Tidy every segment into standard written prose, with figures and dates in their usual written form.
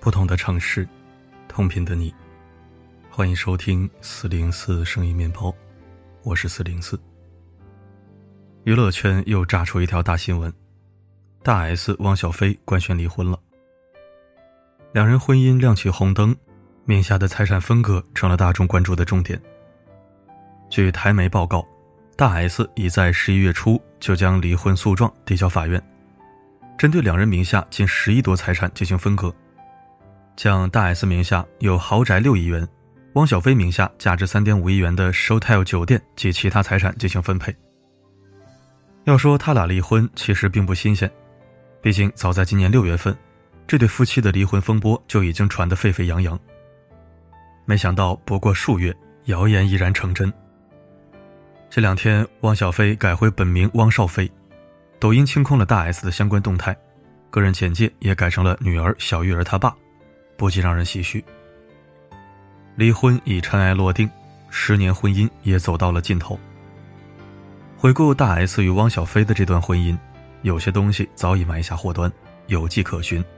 不同的城市，同频的你，欢迎收听404声音面包，我是404。娱乐圈又炸出一条大新闻，大 S 汪小菲官宣离婚了。两人婚姻亮起红灯，名下的财产分割成了大众关注的重点。据台媒报告，大 S 已在11月初就将离婚诉状递交法院，针对两人名下近10亿多财产进行分割，将大 S 名下有豪宅6亿元，汪小菲名下价值3.5亿元的 Showtel 酒店及其他财产进行分配。要说他俩离婚其实并不新鲜，毕竟早在今年6月份，这对夫妻的离婚风波就已经传得沸沸扬扬。没想到不过数月，谣言毅然成真。这两天汪小菲改回本名汪少菲，抖音清空了大 S 的相关动态，个人简介也改成了女儿小玉儿他爸，不禁让人唏嘘。离婚已尘埃落定，10年婚姻也走到了尽头。回顾大 S 与汪小菲的这段婚姻，有些东西早已埋下祸端，有迹可循。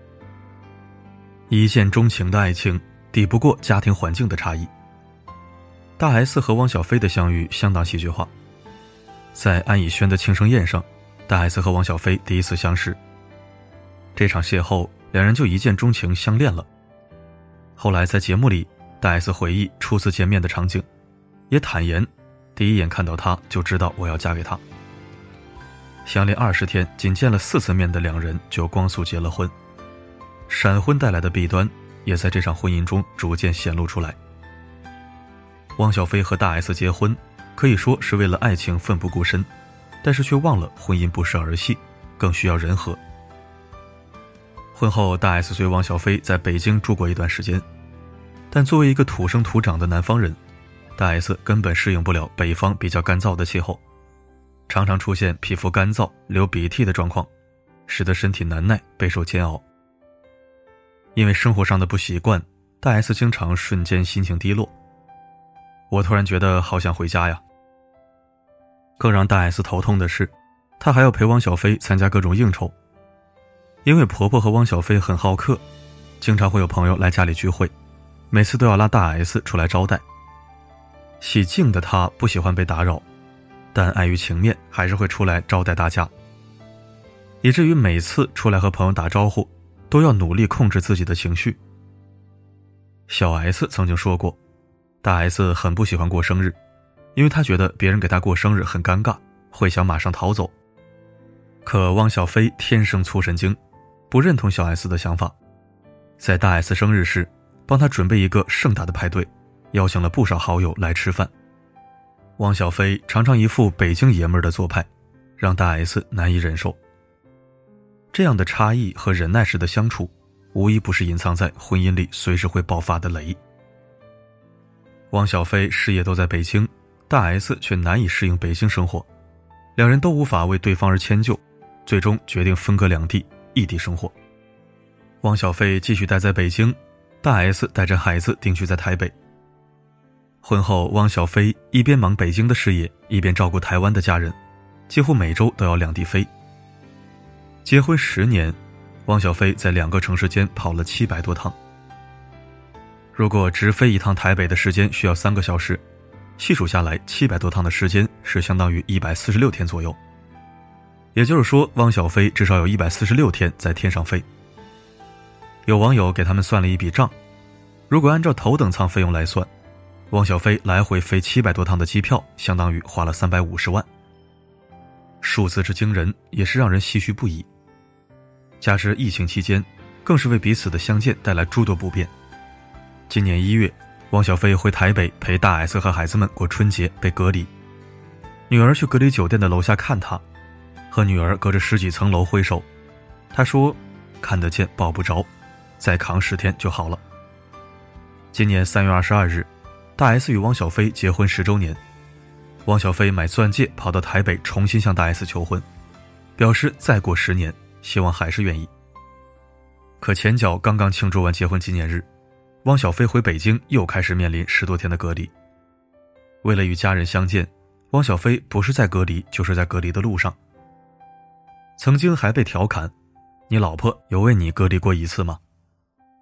一见钟情的爱情抵不过家庭环境的差异。大 S 和汪小菲的相遇相当戏剧化。在安以轩的庆生宴上，大 S 和汪小菲第一次相识。这场邂逅，两人就一见钟情相恋了。后来在节目里，大 S 回忆初次见面的场景，也坦言第一眼看到他就知道我要嫁给他。相恋20天，仅见了4次面的两人就光速结了婚。闪婚带来的弊端也在这场婚姻中逐渐显露出来。汪小菲和大 S 结婚可以说是为了爱情奋不顾身，但是却忘了婚姻不是儿戏，更需要人和。婚后大 S 随汪小菲在北京住过一段时间，但作为一个土生土长的南方人，大 S 根本适应不了北方比较干燥的气候，常常出现皮肤干燥流鼻涕的状况，使得身体难耐，备受煎熬。因为生活上的不习惯，大 S 经常瞬间心情低落。我突然觉得好想回家呀。更让大 S 头痛的是，她还要陪汪小菲参加各种应酬。因为婆婆和汪小菲很好客，经常会有朋友来家里聚会，每次都要拉大 S 出来招待。喜静的她不喜欢被打扰，但碍于情面还是会出来招待大家，以至于每次出来和朋友打招呼都要努力控制自己的情绪。小 S 曾经说过，大 S 很不喜欢过生日，因为她觉得别人给她过生日很尴尬，会想马上逃走。可汪小菲天生粗神经，不认同小 S 的想法，在大 S 生日时帮她准备一个盛大的派对，邀请了不少好友来吃饭。汪小菲常常一副北京爷们儿的做派，让大 S 难以忍受。这样的差异和忍耐式的相处，无一不是隐藏在婚姻里随时会爆发的雷。汪小菲事业都在北京，大 S 却难以适应北京生活，两人都无法为对方而迁就，最终决定分隔两地，异地生活。汪小菲继续待在北京，大 S 带着孩子定居在台北。婚后，汪小菲一边忙北京的事业，一边照顾台湾的家人，几乎每周都要两地飞。结婚10年，汪小菲在2个城市间跑了700多趟。如果直飞一趟台北的时间需要3个小时，细数下来700多趟的时间是相当于146天左右。也就是说，汪小菲至少有146天在天上飞。有网友给他们算了一笔账，如果按照头等舱费用来算，汪小菲来回飞700多趟的机票相当于花了350万。数字之惊人，也是让人唏嘘不已。加之疫情期间，更是为彼此的相见带来诸多不便。今年1月，汪小菲回台北陪大 S 和孩子们过春节，被隔离。女儿去隔离酒店的楼下看他，和女儿隔着10几层楼挥手。他说：“看得见抱不着，再扛10天就好了。”今年3月22日，大 S 与汪小菲结婚10周年。汪小菲买钻戒跑到台北重新向大 S 求婚，表示再过10年，希望还是愿意。可前脚刚刚庆祝完结婚纪念日，汪小菲回北京又开始面临10多天的隔离。为了与家人相见，汪小菲不是在隔离，就是在隔离的路上。曾经还被调侃，你老婆有为你隔离过一次吗？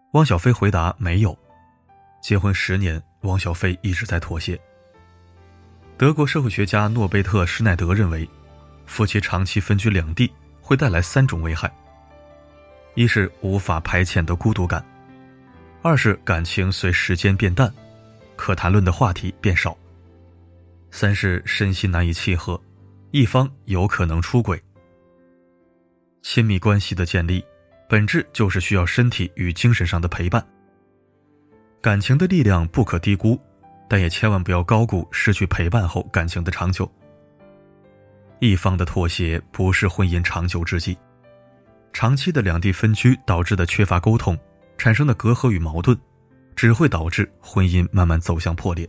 汪小菲回答没有。结婚10年，汪小菲一直在妥协。德国社会学家诺贝特·施耐德认为，夫妻长期分居两地会带来3种危害：一是无法排遣的孤独感，二是感情随时间变淡，可谈论的话题变少，三是身心难以契合，一方有可能出轨。亲密关系的建立本质就是需要身体与精神上的陪伴。感情的力量不可低估，但也千万不要高估失去陪伴后感情的长久。一方的妥协不是婚姻长久之计，长期的两地分居导致的缺乏沟通，产生的隔阂与矛盾，只会导致婚姻慢慢走向破裂。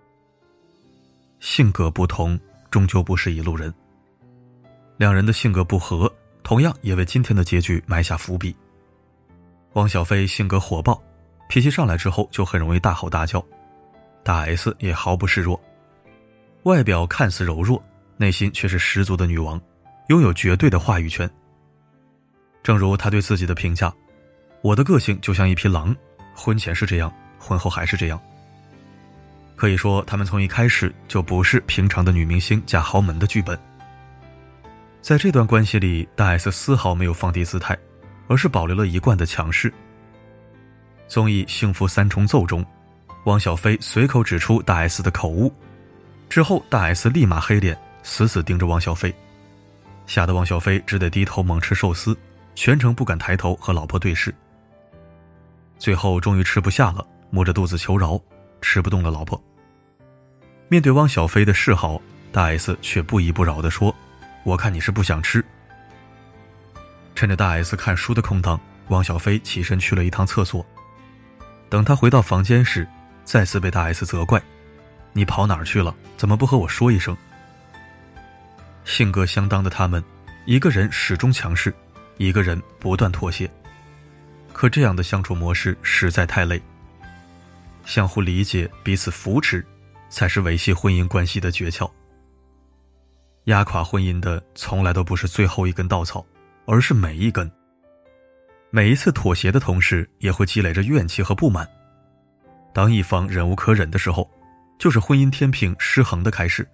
性格不同，终究不是一路人。两人的性格不合，同样也为今天的结局埋下伏笔。汪小菲性格火爆，脾气上来之后就很容易大吼大叫，大 S 也毫不示弱，外表看似柔弱，内心却是十足的女王，拥有绝对的话语权。正如她对自己的评价，我的个性就像一匹狼，婚前是这样，婚后还是这样。可以说他们从一开始就不是平常的女明星加豪门的剧本。在这段关系里，大 S 丝毫没有放低姿态，而是保留了一贯的强势。综艺《幸福三重奏》中，汪小菲随口指出大 S 的口误，之后大 S 立马黑脸，死死盯着汪小菲，吓得汪小菲只得低头猛吃寿司，全程不敢抬头和老婆对视。最后终于吃不下了，摸着肚子求饶，吃不动了老婆。面对汪小菲的示好，大 S 却不依不饶地说，我看你是不想吃。趁着大 S 看书的空档，汪小菲起身去了一趟厕所。等他回到房间时，再次被大 S 责怪，你跑哪儿去了？怎么不和我说一声？性格相当的他们，一个人始终强势，一个人不断妥协，可这样的相处模式实在太累。相互理解，彼此扶持，才是维系婚姻关系的诀窍。压垮婚姻的从来都不是最后一根稻草，而是每一根。每一次妥协的同时，也会积累着怨气和不满。当一方忍无可忍的时候，就是婚姻天平失衡的开始。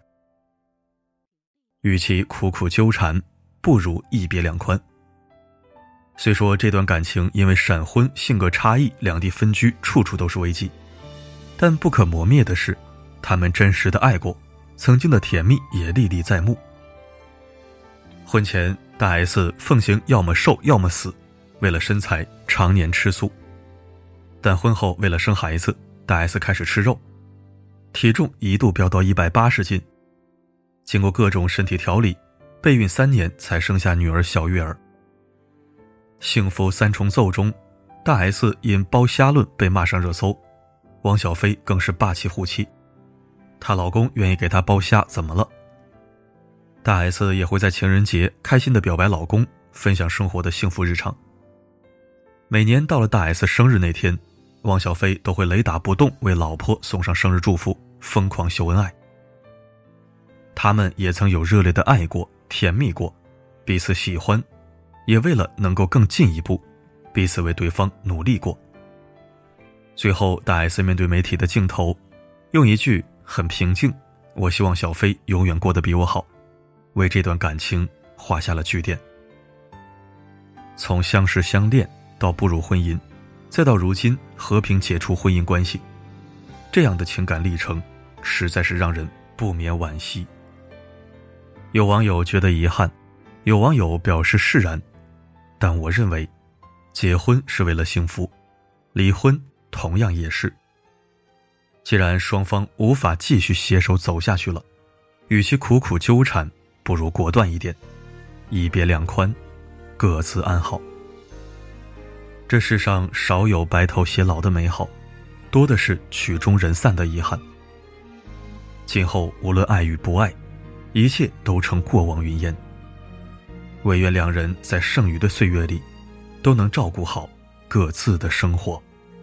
与其苦苦纠缠，不如一别两宽。虽说这段感情因为闪婚、性格差异、两地分居，处处都是危机，但不可磨灭的是，他们真实的爱过，曾经的甜蜜也历历在目。婚前，大 S 奉行要么瘦要么死，为了身材常年吃素。但婚后为了生孩子，大 S 开始吃肉，体重一度飙到180斤。经过各种身体调理，备孕3年才生下女儿小月儿。幸福三重奏中，大 S 因包虾论被骂上热搜，汪小菲更是霸气护妻，她老公愿意给她包虾怎么了？大 S 也会在情人节开心地表白老公，分享生活的幸福日常。每年到了大 S 生日那天，汪小菲都会雷打不动为老婆送上生日祝福，疯狂秀恩爱。他们也曾有热烈的爱过，甜蜜过，彼此喜欢，也为了能够更进一步，彼此为对方努力过。最后大 S 面对媒体的镜头，用一句很平静，我希望小飞永远过得比我好，为这段感情画下了句点。从相识相恋到步入婚姻，再到如今和平解除婚姻关系，这样的情感历程实在是让人不免惋惜。有网友觉得遗憾，有网友表示释然，但我认为结婚是为了幸福，离婚同样也是。既然双方无法继续携手走下去了，与其苦苦纠缠，不如果断一点，一别两宽，各自安好。这世上少有白头偕老的美好，多的是曲终人散的遗憾。今后无论爱与不爱，一切都成过往云烟。唯愿两人在剩余的岁月里，都能照顾好各自的生活。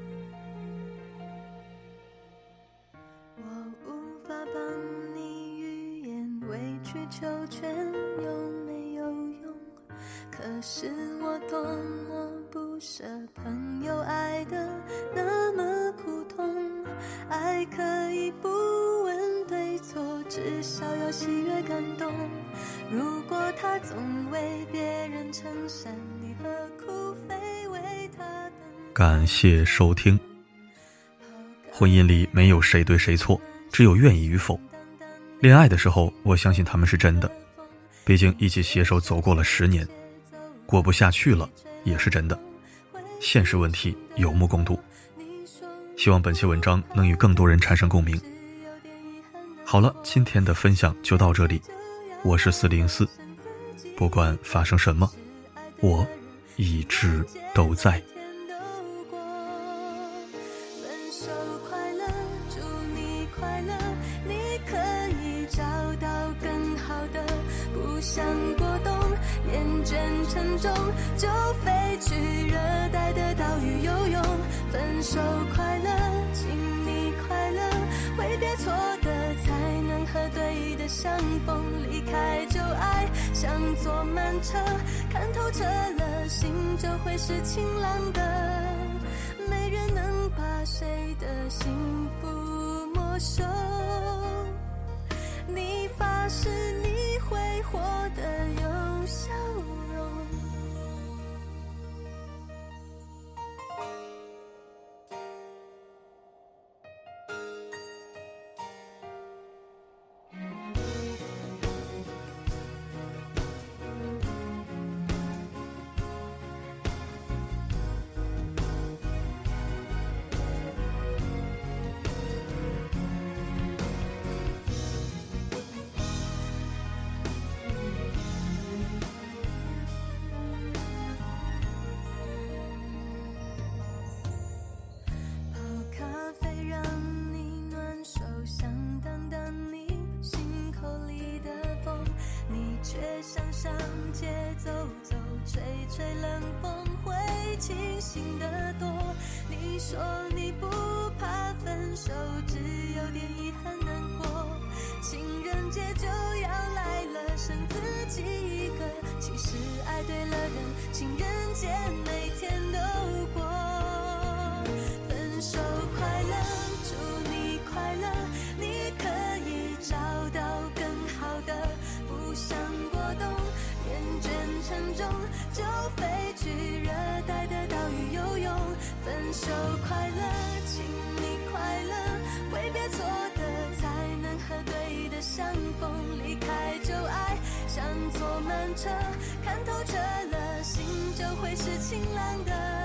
我无法帮你预言，委曲求全有没有用？可是我多么不舍朋友爱的那么苦痛，爱可以不问对错，至少要喜悦感动。如果他总为别人撑伞，你何苦非为他等？ 感谢收听。婚姻里没有谁对谁错，只有愿意与否。恋爱的时候，我相信他们是真的，毕竟一起携手走过了10年，过不下去了也是真的。现实问题有目共睹。希望本期文章能与更多人产生共鸣。好了，今天的分享就到这里，我是404，不管发生什么，我一直都在。 分手快乐，祝你快乐，你可以找到更好的，不想过冬，厌倦沉重，就飞去热带的岛屿游泳。分手快乐，请你快乐，挥别错的才能和对的相逢，离开旧爱像坐慢车，看透彻了，心就会是晴朗的。没人能把谁的幸福没收，你发誓你会活得有笑容。想上街走走，吹吹冷风，会清醒得多。你说你不怕分手，只有点遗憾难过。情人节就要来了，剩自己一个。其实爱对了人，情人节每天都过。分手快乐，祝你快乐，你可以找到更好的，不想过冬，厌倦沉重，就飞去热带的岛屿游泳。分手快乐，请你快乐，挥别错的才能和对的相逢，离开旧爱像坐慢车，看透彻了，心就会是晴朗的。